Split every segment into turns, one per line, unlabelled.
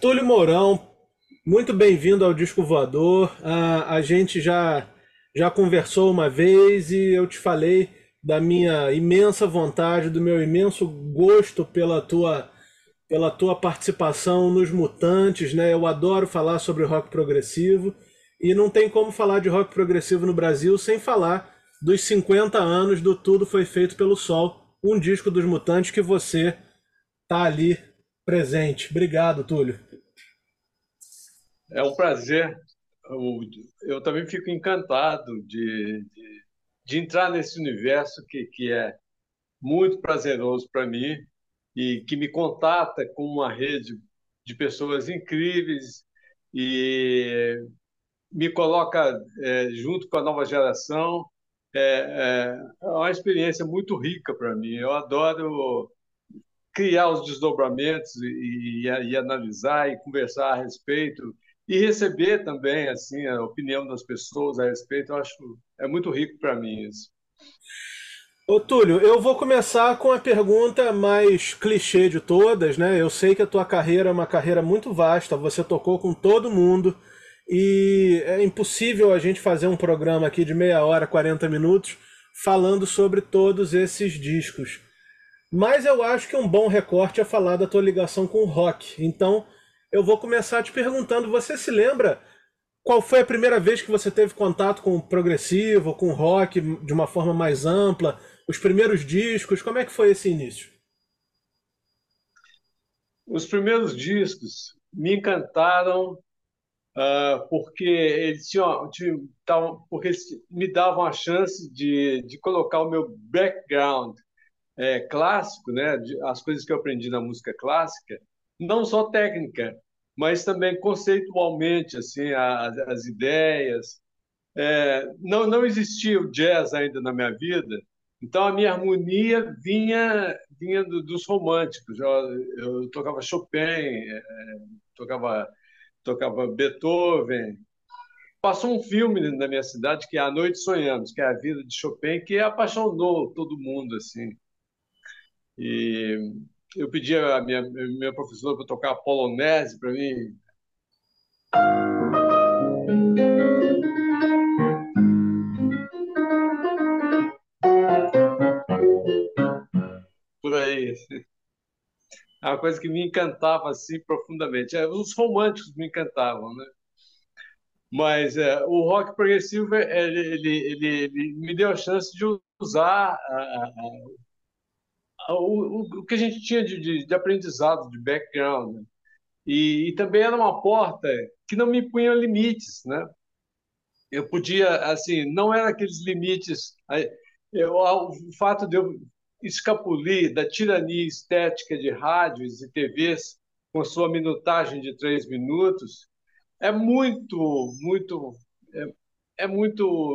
Túlio Mourão, muito bem-vindo ao Disco Voador. A gente já conversou uma vez e eu te falei da minha imensa vontade, do meu imenso gosto pela tua participação nos Mutantes, né? Eu adoro falar sobre rock progressivo e não tem como falar de rock progressivo no Brasil sem falar dos 50 anos do Tudo Foi Feito pelo Sol, um disco dos Mutantes que você tá ali presente. Obrigado, Túlio.
É um prazer. Eu também fico encantado de entrar nesse universo que é muito prazeroso para mim e que me contata com uma rede de pessoas incríveis e me coloca junto com a nova geração. É uma experiência muito rica para mim. Eu adoro criar os desdobramentos e analisar e conversar a respeito e receber também assim a opinião das pessoas a respeito. Eu acho é muito rico para mim isso.
Ô Túlio, eu vou começar com a pergunta mais clichê de todas, né? Eu sei que a tua carreira é uma carreira muito vasta, você tocou com todo mundo e é impossível a gente fazer um programa aqui de meia hora, 40 minutos, falando sobre todos esses discos. Mas eu acho que um bom recorte é falar da tua ligação com o rock. Então, eu vou começar te perguntando, você se lembra qual foi a primeira vez que você teve contato com o progressivo, com o rock de uma forma mais ampla? Os primeiros discos, como é que foi esse início?
Os primeiros discos me encantaram porque porque eles me davam a chance de colocar o meu background clássico, né, as coisas que eu aprendi na música clássica, não só técnica, mas também conceitualmente, assim, as ideias. Não existia o jazz ainda na minha vida, então a minha harmonia vinha dos românticos. Eu tocava Chopin, tocava, tocava Beethoven. Passou um filme na minha cidade que é A Noite Sonhamos, que é a vida de Chopin, que apaixonou todo mundo, assim. E eu pedi a minha professora para tocar polonese para mim, por aí. É uma coisa que me encantava assim profundamente. Os românticos me encantavam, né? Mas o rock progressivo ele me deu a chance de usar o que a gente tinha de aprendizado, de background, né? E também era uma porta que não me punha limites, né? Eu podia, assim, não eram aqueles limites. O fato de eu escapulir da tirania estética de rádios e TVs com sua minutagem de 3 minutos é muito, é, é muito,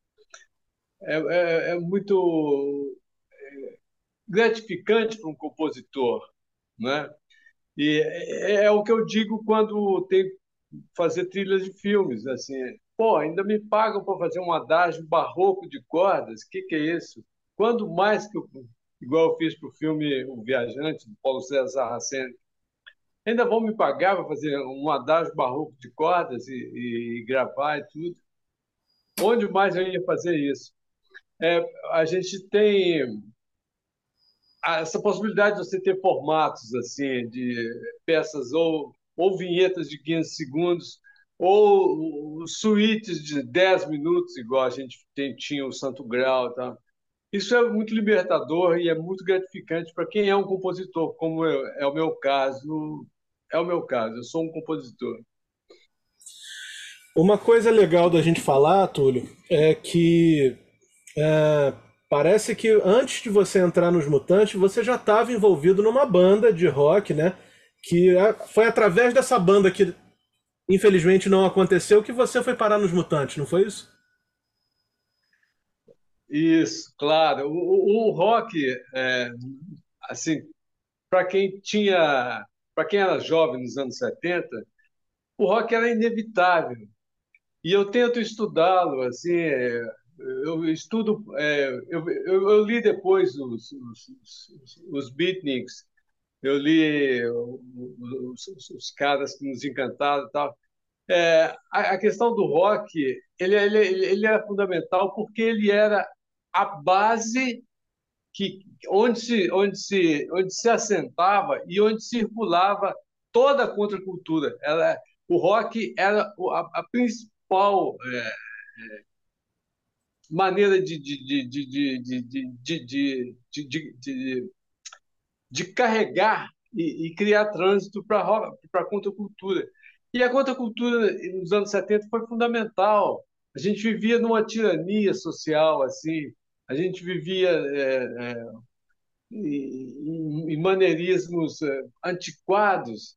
é muito gratificante para um compositor, né? E é o que eu digo quando tem fazer trilhas de filmes, assim, pô, ainda me pagam para fazer um adágio barroco de cordas, que é isso? Quando mais que eu, igual eu fiz para o filme O Viajante, do Paulo César Saraceni, ainda vão me pagar para fazer um adágio barroco de cordas e gravar e tudo? Onde mais eu ia fazer isso? A gente tem essa possibilidade de você ter formatos assim de peças ou vinhetas de 15 segundos ou suítes de 10 minutos, igual a gente tinha o Santo Grau e tal. Isso é muito libertador e é muito gratificante para quem é um compositor, como é o meu caso. É o meu caso, eu sou um compositor.
Uma coisa legal da gente falar, Túlio, é que é, parece que antes de você entrar nos Mutantes, você já estava envolvido numa banda de rock, né? Foi através dessa banda que infelizmente não aconteceu que você foi parar nos Mutantes, não foi isso?
Isso, claro. O rock, assim, para quem tinha, para quem era jovem nos anos 70, o rock era inevitável. E eu tento estudá-lo, assim, eu estudo, eu li depois os beatniks, eu li os caras que nos encantaram e tal. A questão do rock, ele era fundamental porque ele era a base onde se assentava e onde circulava toda a contracultura. O rock era a principal maneira de carregar e criar trânsito para a contracultura. E a contracultura nos anos 70 foi fundamental. A gente vivia numa tirania social, assim, a gente vivia em maneirismos antiquados.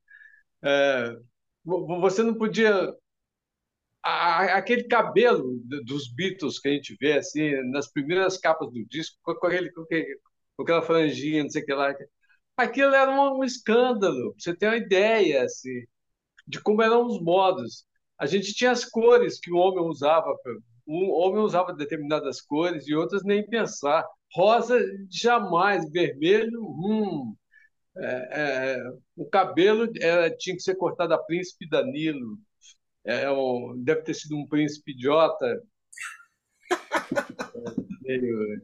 Você não podia. Aquele cabelo dos Beatles que a gente vê assim, nas primeiras capas do disco, com aquela franjinha, não sei o que lá. Aquilo era um escândalo, pra você ter uma ideia assim, de como eram os modos. A gente tinha as cores que o homem usava. O homem usava determinadas cores e outras nem pensar. Rosa, jamais. Vermelho, o cabelo tinha que ser cortado a príncipe Danilo. Deve ter sido um príncipe idiota, meio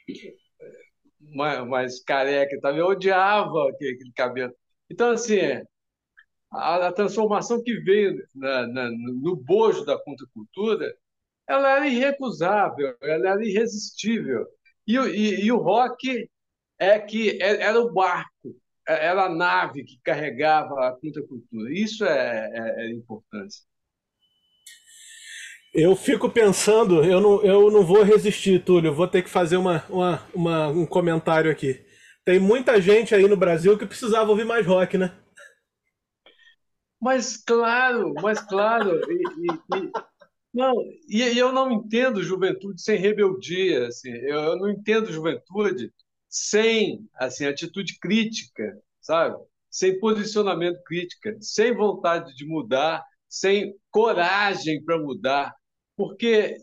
mais careca e tal. Eu odiava aquele cabelo. Então, assim, a transformação que veio no bojo da contracultura, ela era irrecusável, ela era irresistível. E o rock era o barco, era a nave que carregava a contracultura. Isso é importante.
Eu fico pensando, eu não vou resistir, Túlio, vou ter que fazer um comentário aqui. Tem muita gente aí no Brasil que precisava ouvir mais rock, né?
Mas claro, não, e eu não entendo juventude sem rebeldia, assim, eu não entendo juventude sem assim atitude crítica, sabe? Sem posicionamento crítico, sem vontade de mudar, sem coragem para mudar, porque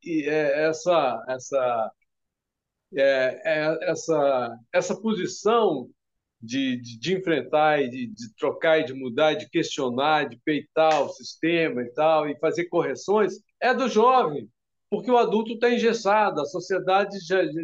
essa posição de enfrentar e de trocar e de mudar, de questionar, de peitar o sistema e tal, e fazer correções, é do jovem, porque o adulto está engessado, a sociedade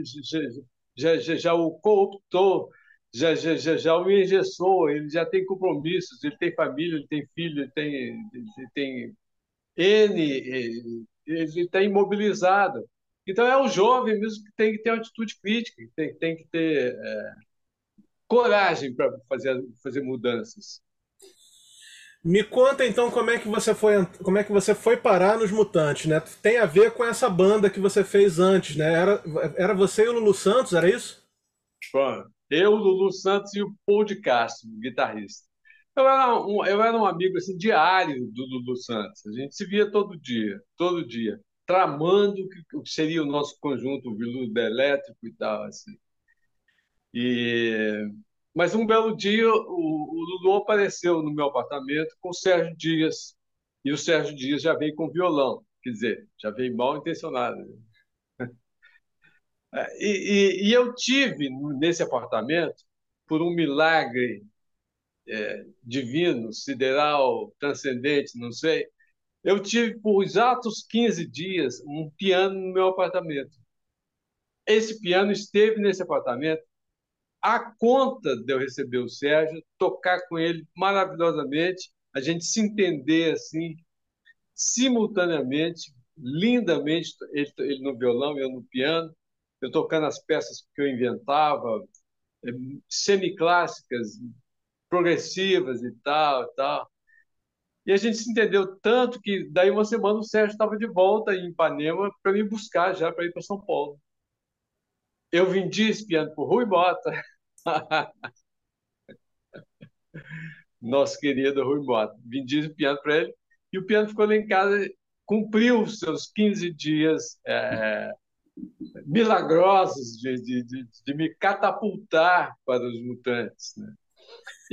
já o cooptou, já o engessou, ele já tem compromissos, ele tem família, ele tem filho, ele tem N, ele está imobilizado. Então é o jovem mesmo que tem que ter uma atitude crítica, que tem que ter coragem para fazer mudanças.
Me conta então como é que você foi parar nos Mutantes, né? Tem a ver com essa banda que você fez antes, né? Era você e o Lulu Santos, era isso?
Bom, eu, Lulu Santos e o Paul de Castro, guitarrista. Eu era um amigo assim, diário do Lulu Santos. A gente se via todo dia, tramando o que seria o nosso conjunto, o Viludo Elétrico e tal. Assim. E... Mas um belo dia o Lulu apareceu no meu apartamento com o Sérgio Dias. E o Sérgio Dias já veio com violão, quer dizer, já veio mal intencionado. E eu tive nesse apartamento, por um milagre divino, sideral, transcendente, não sei, eu tive por exatos 15 dias um piano no meu apartamento. Esse piano esteve nesse apartamento a conta de eu receber o Sérgio, tocar com ele maravilhosamente, a gente se entender assim, simultaneamente, lindamente, ele no violão, eu no piano, eu tocando as peças que eu inventava, semiclássicas, progressivas e tal, e tal. E a gente se entendeu tanto que daí uma semana o Sérgio estava de volta em Ipanema para me buscar já para ir para São Paulo. Eu vendi esse piano por Rui Bota, nosso querido Rui Bota. Vendi o piano para ele e o piano ficou lá em casa, cumpriu os seus 15 dias milagrosos de me catapultar para os Mutantes. Né? E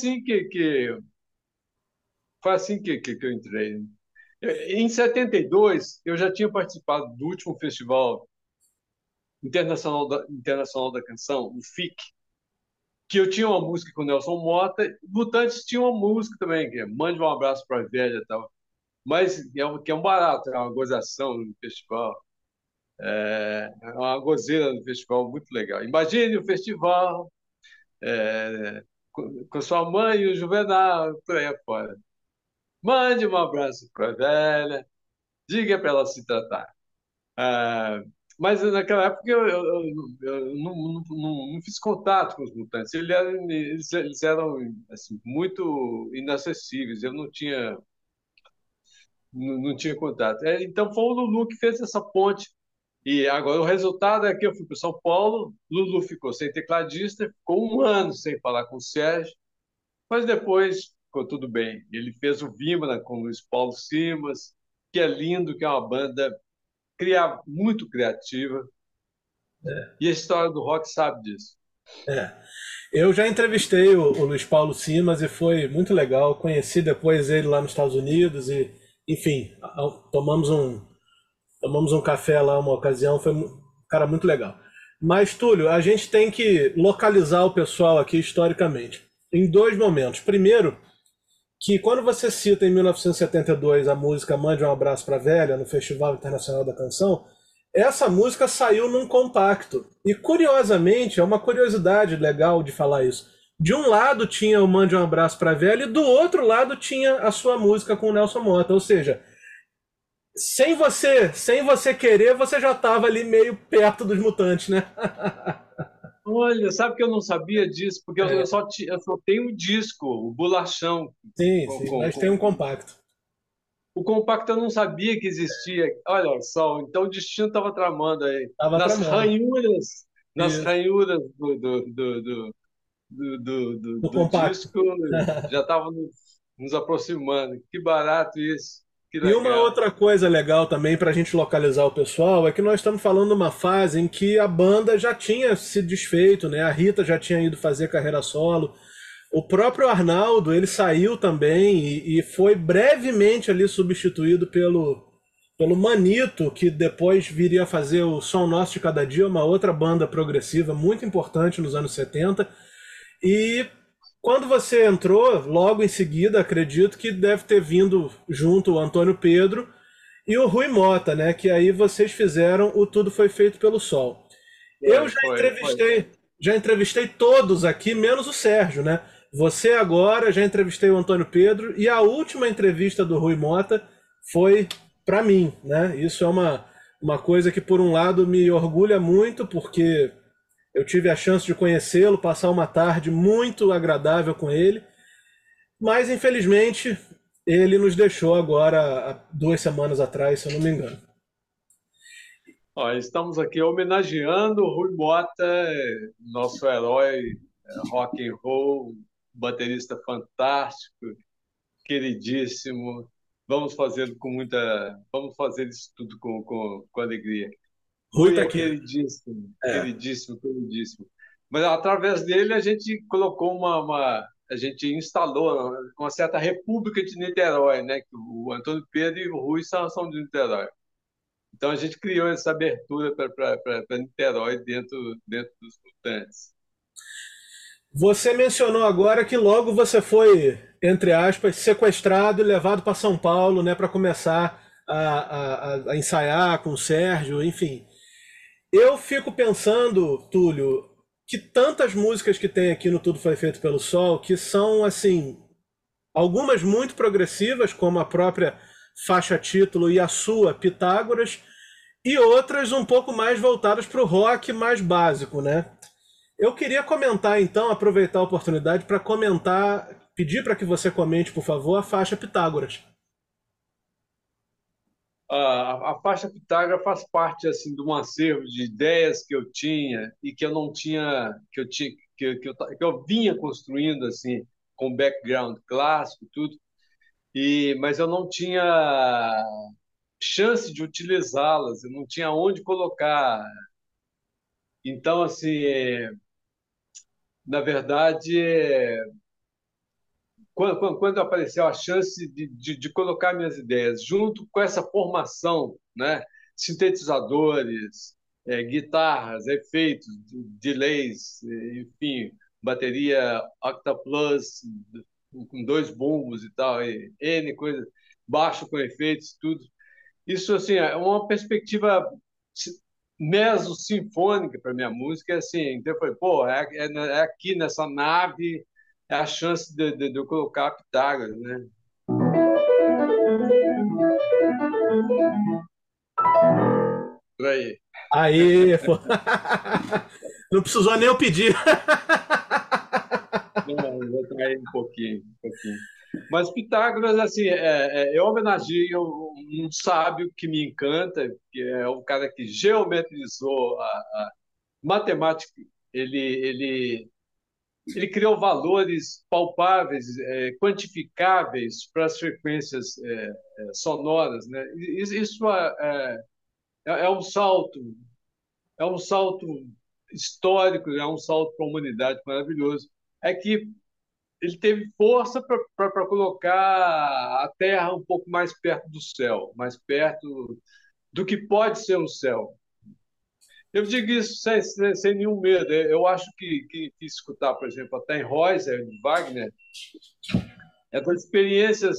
foi assim que eu entrei. Né? Em 72, eu já tinha participado do último Festival Internacional da Canção, o FIC, que eu tinha uma música com o Nelson Mota, Mutantes tinha uma música também, que é Mande um Abraço para a Velha e tal. Mas que é um barato, é uma gozação no festival. É uma gozeira no festival muito legal. Imagine o festival com sua mãe e o Juvenal, por aí afora. Mande um abraço para a velha, diga para ela se tratar. Ah, mas naquela época eu não fiz contato com os Mutantes. Eles eram assim, muito inacessíveis. Eu não tinha contato. Então foi o Lulu que fez essa ponte. E agora o resultado é que eu fui para São Paulo, Lulu ficou sem tecladista, ficou um ano sem falar com o Sérgio, mas depois ficou tudo bem. Ele fez o Vimana com o Luiz Paulo Simas, que é lindo, que é uma banda muito criativa. E a história do rock sabe disso.
É. Eu já entrevistei o Luiz Paulo Simas e foi muito legal. Conheci depois ele lá nos Estados Unidos e, enfim, tomamos um café lá uma ocasião. Foi um cara muito legal. Mas, Túlio, a gente tem que localizar o pessoal aqui historicamente em dois momentos. Primeiro, que quando você cita em 1972 a música Mande um Abraço para a Velha, no Festival Internacional da Canção, essa música saiu num compacto. E curiosamente, é uma curiosidade legal de falar isso. De um lado tinha o Mande um Abraço para a Velha e do outro lado tinha a sua música com o Nelson Mota. Ou seja, sem você querer, você já estava ali meio perto dos Mutantes, né?
Olha, sabe que eu não sabia disso, porque
É,
eu só tenho um disco, o Bolachão,
sim,
com,
sim,
com,
mas tem um
com-
compacto.
o compacto eu não sabia que existia. Olha só, então o destino estava tramando aí.
Tava tramando.
Nas
Isso,
ranhuras
no
do
compacto.
disco, já estava nos aproximando. Que barato isso, que
E uma
legal.
outra coisa legal também para a gente localizar o pessoal é que nós estamos falando de uma fase em que a banda já tinha se desfeito, né? A Rita já tinha ido fazer carreira solo. O próprio Arnaldo, ele saiu também e foi brevemente ali substituído pelo Manito, que depois viria a fazer o Som Nosso de Cada Dia, uma outra banda progressiva muito importante nos anos 70. E quando você entrou, logo em seguida, acredito que deve ter vindo junto o Antônio Pedro e o Rui Mota, né? Que aí vocês fizeram o Tudo Foi Feito pelo Sol. Eu
Foi.
já entrevistei todos aqui, menos o Sérgio, né? Você agora, já entrevistei o Antônio Pedro e a última entrevista do Rui Mota foi para mim, né? Isso é uma coisa que, por um lado, me orgulha muito, porque eu tive a chance de conhecê-lo, passar uma tarde muito agradável com ele, mas infelizmente ele nos deixou agora há 2 semanas atrás, se eu não me engano.
Ó, estamos aqui homenageando o Rui Mota, nosso herói rock and roll, baterista fantástico, queridíssimo. Vamos fazer isso tudo com alegria.
Rui
Rui
tá
é
aqui.
queridíssimo,
É.
queridíssimo, queridíssimo. Mas através dele a gente colocou a gente instalou uma certa República de Niterói, né? Que o Antônio Pedro e o Rui são de Niterói. Então a gente criou essa abertura para Niterói dentro dos Mutantes.
Você mencionou agora que logo você foi, entre aspas, sequestrado e levado para São Paulo, né, para começar a ensaiar com o Sérgio, enfim. Eu fico pensando, Túlio, que tantas músicas que tem aqui no Tudo Foi Feito pelo Sol, que são, assim, algumas muito progressivas, como a própria faixa título e a sua, Pitágoras, e outras um pouco mais voltadas para o rock mais básico, né? Eu queria comentar então, aproveitar a oportunidade para comentar, pedir para que você comente, por favor, a faixa Pitágoras.
A faixa Pitágoras faz parte assim de um acervo de ideias que eu tinha e que eu não tinha, que eu tinha, que eu vinha construindo assim com background clássico, tudo. Mas eu não tinha chance de utilizá-las, eu não tinha onde colocar. Então, assim, na verdade, quando apareceu a chance de colocar minhas ideias junto com essa formação, né? Sintetizadores, guitarras, efeitos, delays, enfim, bateria Octaplus com dois bombos e tal, e N coisa, baixo com efeitos, tudo. Isso assim é uma perspectiva meso-sinfônica para minha música, é assim, então eu falei, pô, é aqui nessa nave é a chance de eu colocar Pitágoras, né? Por aí.
Aí, pô. Não precisou nem eu pedir.
Não, vou trair um pouquinho, um pouquinho. Mas Pitágoras, assim, eu homenageio um sábio que me encanta, que é o cara que geometrizou a matemática. Ele criou valores palpáveis, quantificáveis para as frequências sonoras, né? Isso é é um salto histórico, é um salto para a humanidade maravilhoso. É que ele teve força para colocar a Terra um pouco mais perto do céu, mais perto do que pode ser o céu. Eu digo isso sem nenhum medo. Eu acho que escutar, por exemplo, a Tannhäuser de Wagner é das experiências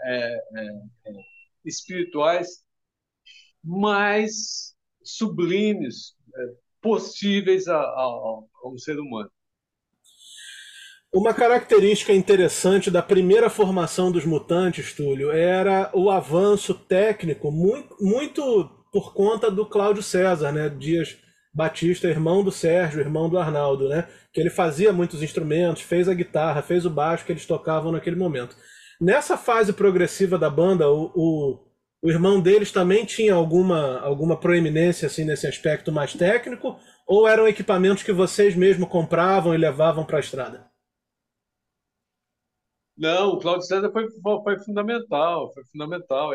espirituais mais sublimes possíveis a um ser humano.
Uma característica interessante da primeira formação dos Mutantes, Túlio, era o avanço técnico, muito por conta do Cláudio César, né? Dias Batista, irmão do Sérgio, irmão do Arnaldo, né? Que ele fazia muitos instrumentos, fez a guitarra, fez o baixo que eles tocavam naquele momento. Nessa fase progressiva da banda, o irmão deles também tinha alguma proeminência assim, nesse aspecto mais técnico? Ou eram equipamentos que vocês mesmo compravam e levavam para a estrada?
Não, o Cláudio César foi fundamental, foi fundamental.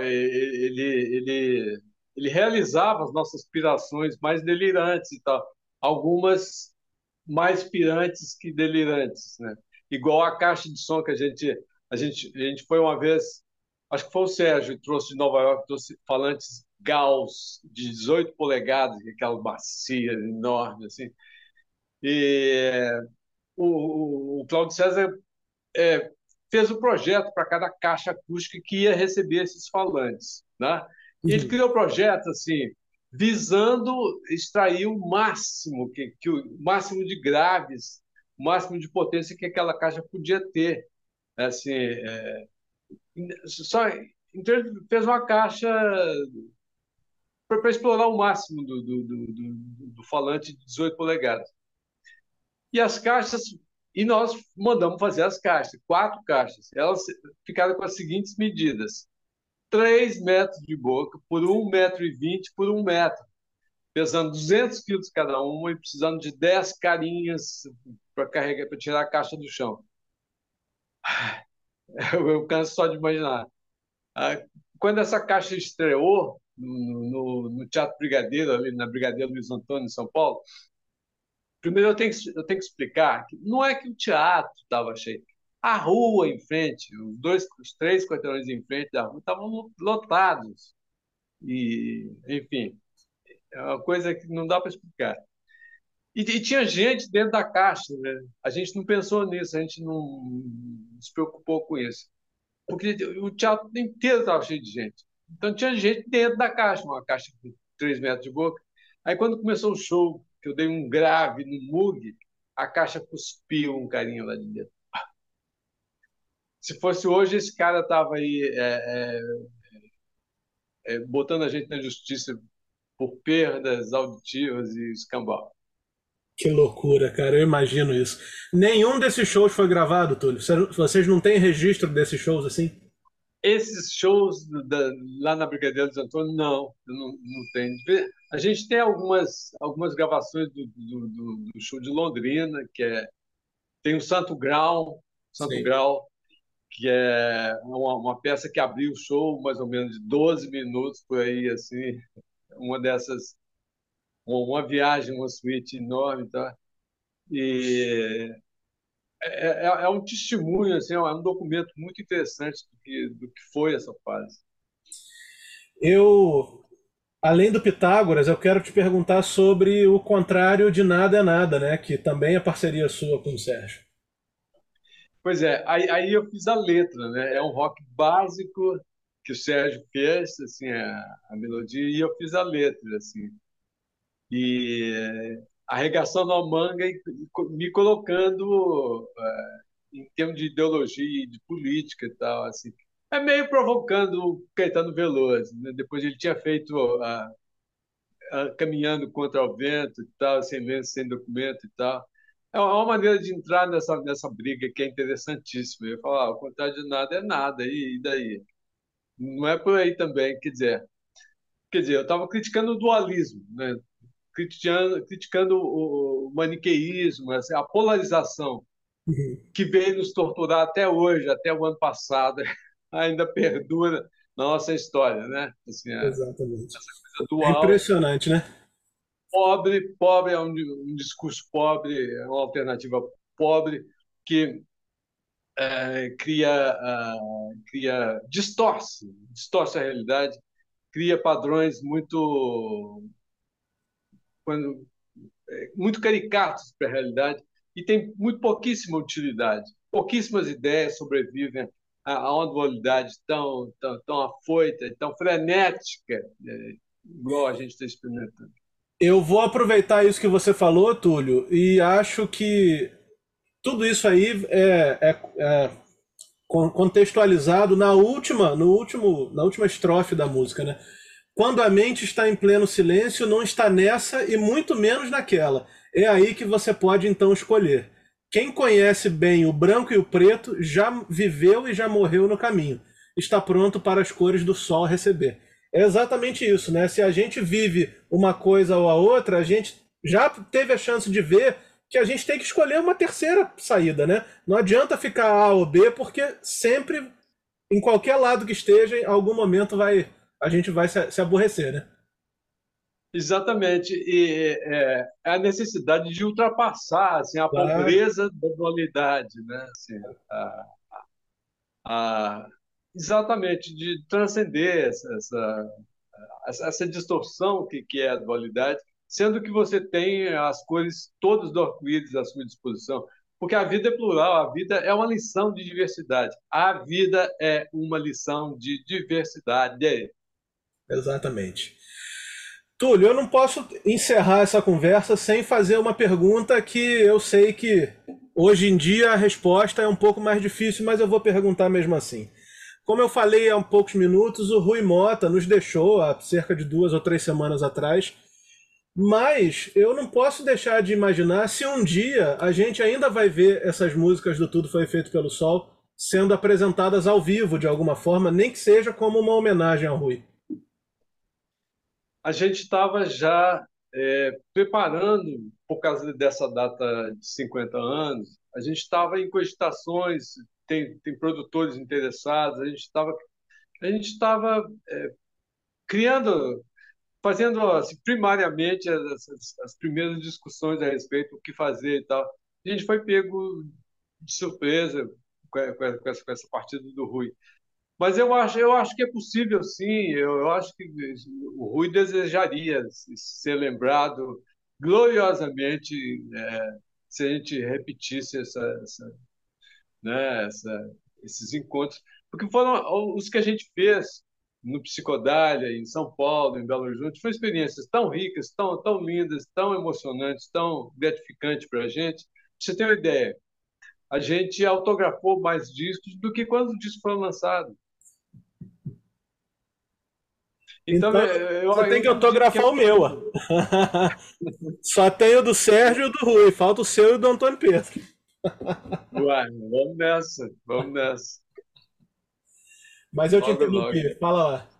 Ele realizava as nossas aspirações mais delirantes e tal. Algumas mais pirantes que delirantes, né? Igual a caixa de som que a gente foi uma vez, acho que foi o Sérgio que trouxe de Nova York, trouxe falantes Gauss de 18 polegadas, aquela bacia enorme assim. E o Cláudio César é, fez o projeto para cada caixa acústica que ia receber esses falantes, né? E ele
Uhum.
criou projetos assim, visando extrair o máximo o máximo de graves, o máximo de potência que aquela caixa podia ter, assim, só então ele fez uma caixa para explorar o máximo do falante de 18 polegadas. E as caixas, e nós mandamos fazer as caixas, quatro caixas. Elas ficaram com as seguintes medidas: 3 metros de boca por 1,20 m por 1 metro, pesando 200 quilos cada uma e precisando de 10 carinhas para carregar, para tirar a caixa do chão. Eu canso só de imaginar. Ah, quando essa caixa estreou no Teatro Brigadeiro, ali na Brigadeiro Luiz Antônio, em São Paulo, primeiro eu tenho que explicar que não é que o teatro estava cheio. A rua em frente, os três quarteirões em frente da rua estavam lotados. E, enfim, é uma coisa que não dá para explicar. E tinha gente dentro da caixa, né? A gente não pensou nisso, a gente não se preocupou com isso. Porque o teatro inteiro estava cheio de gente. Então tinha gente dentro da caixa, uma caixa de 3 metros de boca. Aí quando começou o show, que eu dei um grave no Moog, a caixa cuspiu um carinho lá de dentro. Se fosse hoje, esse cara estava aí botando a gente na justiça por perdas auditivas e escambau.
Que loucura, cara, eu imagino isso. Nenhum desses shows foi gravado, Túlio. Vocês não têm registro desses shows assim?
Esses shows lá na Brigadeiro de Antônio, não tem. A gente tem algumas gravações do show de Londrina, tem o Santo
Sim.
Grau, que é uma peça que abriu o show mais ou menos de 12 minutos por aí, assim, uma dessas, uma viagem, uma suíte enorme, tá? E é um testemunho, assim, é um documento muito interessante do que foi essa fase.
Eu Além do Pitágoras, eu quero te perguntar sobre o contrário de Nada é Nada, né? Que também é parceria sua com o Sérgio.
Pois é, aí eu fiz a letra, né? É um rock básico que o Sérgio fez, assim, a melodia, e eu fiz a letra, assim. E arregaçando a manga e me colocando em termos de ideologia, de política e tal, assim. É meio provocando o Caetano Veloso, né? Depois ele tinha feito caminhando contra o vento e tal, sem lenço, sem documento e tal. É uma maneira de entrar nessa briga que é interessantíssima. Eu falo, o contrário de nada é nada, e daí? Não é por aí também, quer dizer, eu estava criticando o dualismo, né? Criticando o maniqueísmo, assim, a polarização
Uhum.
que veio nos torturar até hoje, até o ano passado, ainda perdura na nossa história, né? Assim, a
Exatamente.
coisa
É
dual.
impressionante, né?
Pobre é um discurso pobre, é uma alternativa pobre que distorce a realidade, cria padrões quando, muito caricatos para a realidade e tem muito pouquíssima utilidade. Pouquíssimas ideias sobrevivem a uma dualidade tão afoita, tão frenética, igual a gente está experimentando.
Eu vou aproveitar isso que você falou, Túlio, e acho que tudo isso aí é contextualizado na última estrofe da música, né? Quando a mente está em pleno silêncio, não está nessa e muito menos naquela. É aí que você pode então escolher. Quem conhece bem o branco e o preto já viveu e já morreu no caminho. Está pronto para as cores do sol receber. É exatamente isso, né? Se a gente vive uma coisa ou a outra, a gente já teve a chance de ver que a gente tem que escolher uma terceira saída, né? Não adianta ficar A ou B, porque sempre, em qualquer lado que esteja, em algum momento a gente vai se aborrecer, né?
Exatamente, e a necessidade de ultrapassar assim, a
Claro.
pobreza da dualidade, né? Assim, a, a, exatamente, de transcender essa distorção que é a dualidade, sendo que você tem as cores todas do arco-íris à sua disposição, porque a vida é plural, a vida é uma lição de diversidade, a vida é uma lição de diversidade.
Exatamente. Túlio, eu não posso encerrar essa conversa sem fazer uma pergunta que eu sei que hoje em dia a resposta é um pouco mais difícil, mas eu vou perguntar mesmo assim. Como eu falei há poucos minutos, o Rui Mota nos deixou há cerca de 2 ou 3 semanas atrás, mas eu não posso deixar de imaginar se um dia a gente ainda vai ver essas músicas do Tudo Foi Feito pelo Sol sendo apresentadas ao vivo de alguma forma, nem que seja como uma homenagem ao Rui.
A gente estava já preparando, por causa dessa data de 50 anos, a gente estava em cogitações, tem produtores interessados, a gente estava criando, fazendo assim, primariamente as primeiras discussões a respeito do que fazer e tal. A gente foi pego de surpresa com essa partida do Rui. Mas eu acho que é possível, sim. Eu acho que o Rui desejaria ser lembrado gloriosamente se a gente repetisse né, esses encontros, porque foram os que a gente fez no Psicodália, em São Paulo, em Belo Horizonte, foram experiências tão ricas, tão lindas, tão emocionantes, tão gratificantes para a gente. Pra você ter uma ideia, a gente autografou mais discos do que quando o disco foi lançado. Então,
Então você tem
eu
que
acredito que é
autografar o meu. Ó.
possível.
Só tem o do Sérgio e o do Rui, falta o seu e o do Antônio Pedro.
Uai, vamos nessa, vamos nessa.
Mas eu te
Logo, logo.
interrompi, fala lá.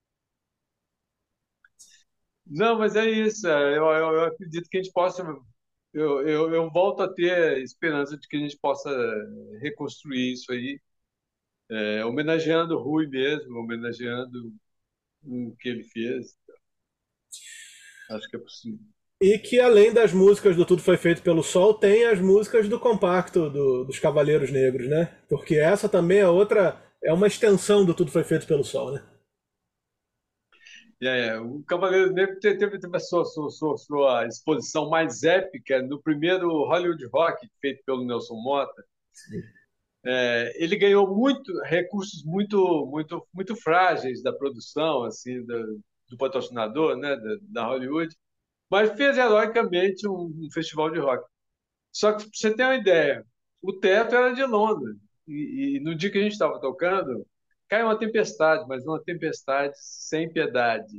Não, mas é isso. Eu acredito que a gente possa. Eu volto a ter esperança de que a gente possa reconstruir isso aí, homenageando o Rui mesmo, homenageando o que ele fez. Acho que é possível.
E que além das músicas do Tudo Foi Feito pelo Sol, tem as músicas do compacto dos Cavaleiros Negros, né? Porque essa também é outra, é uma extensão do Tudo Foi Feito pelo Sol, né?
O Cavaleiro Negro teve a sua exposição mais épica no primeiro Hollywood Rock, feito pelo Nelson Motta. Ele ganhou recursos muito frágeis da produção, assim, do patrocinador, né, da Hollywood, mas fez heroicamente um festival de rock. Só que, pra você ter uma ideia, o teto era de lona. E no dia que a gente estava tocando, caiu uma tempestade, mas uma tempestade sem piedade.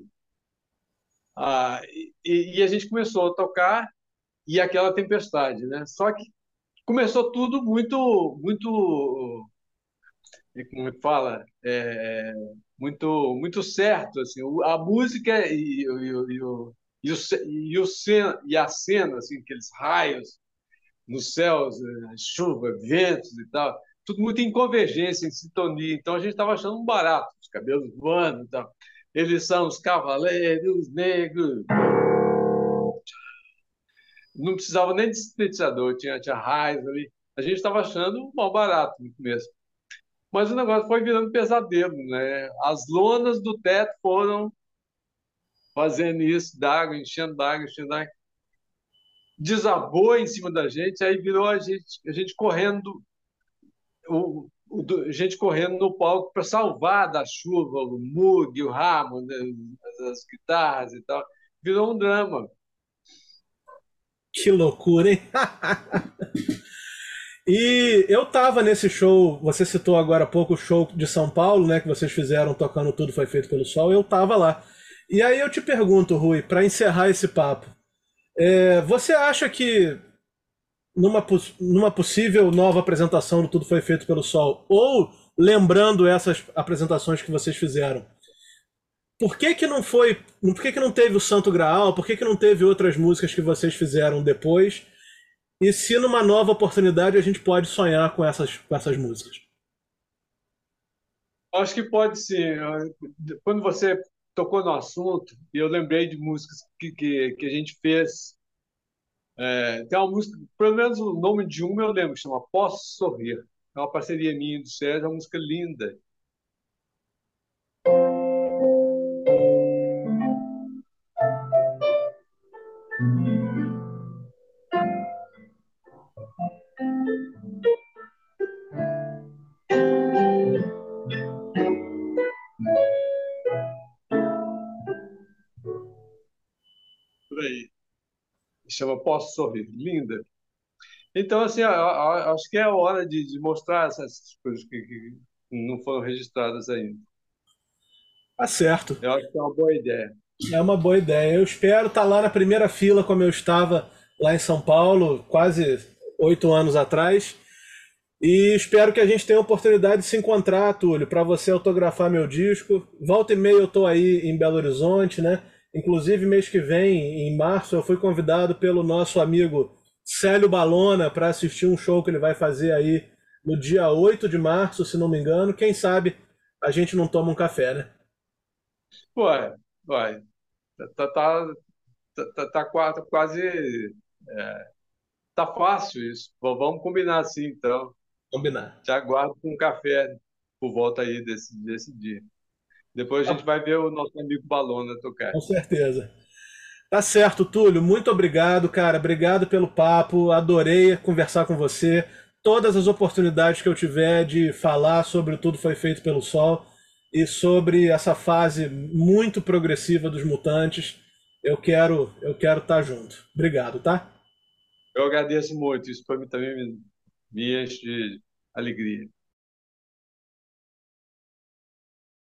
E a gente começou a tocar e aquela tempestade, né? Só que começou tudo muito, como é que fala? Muito certo, assim. A música e a cena, assim, aqueles raios nos céus, chuva, ventos e tal, tudo muito em convergência, em sintonia. Então a gente estava achando um barato, os cabelos voando e tal. Eles são os cavaleiros negros. Não precisava nem de sintetizador, tinha raios ali. A gente estava achando um mal barato no começo. Mas o negócio foi virando pesadelo, né? As lonas do teto foram fazendo isso, d'água, enchendo d'água, enchendo d'água. Desabou em cima da gente, aí virou a gente correndo, a gente correndo no palco para salvar da chuva o Moog, o Hammond, né, as guitarras e tal. Virou um drama.
Que loucura, hein? E eu tava nesse show, você citou agora há pouco o show de São Paulo, né, que vocês fizeram tocando Tudo Foi Feito pelo Sol, eu tava lá. E aí eu te pergunto, Rui, para encerrar esse papo, você acha que numa possível nova apresentação do Tudo Foi Feito pelo Sol, ou lembrando essas apresentações que vocês fizeram, por que que não foi, por que que não teve o Santo Graal, por que que não teve outras músicas que vocês fizeram depois? E se numa nova oportunidade a gente pode sonhar com essas músicas?
Acho que pode sim. Quando você tocou no assunto, eu lembrei de músicas que a gente fez. Tem uma música, pelo menos o nome de uma eu lembro, que chama Posso Sorrir. É uma parceria minha e do Sérgio, é uma música linda. Por aí. Chama Posso Sorrir. Linda. Então, assim, acho que é a hora de mostrar essas coisas que não foram registradas ainda.
Tá certo.
Eu acho que é uma boa ideia.
É uma boa ideia. Eu espero estar lá na primeira fila, como eu estava lá em São Paulo, quase 8 anos atrás. E espero que a gente tenha a oportunidade de se encontrar, Túlio, para você autografar meu disco. Volta e meia eu estou aí em Belo Horizonte, né? Inclusive, mês que vem, em março, eu fui convidado pelo nosso amigo Célio Balona para assistir um show que ele vai fazer aí no dia 8 de março, se não me engano. Quem sabe a gente não toma um café, né?
Ué, vai. Tá, tá, quase. Tá fácil isso. Vamos combinar assim, então.
Combinar.
Te aguardo com um café por volta aí desse dia. Depois a gente
Tá,
vai ver o nosso amigo Balona tocar.
com certeza. Tá certo, Túlio. Muito obrigado, cara. Obrigado pelo papo. Adorei conversar com você. Todas as oportunidades que eu tiver de falar sobre Tudo Foi Feito pelo Sol e sobre essa fase muito progressiva dos Mutantes, eu quero estar junto. Obrigado, tá?
Eu agradeço muito. Isso para mim também me enche de alegria.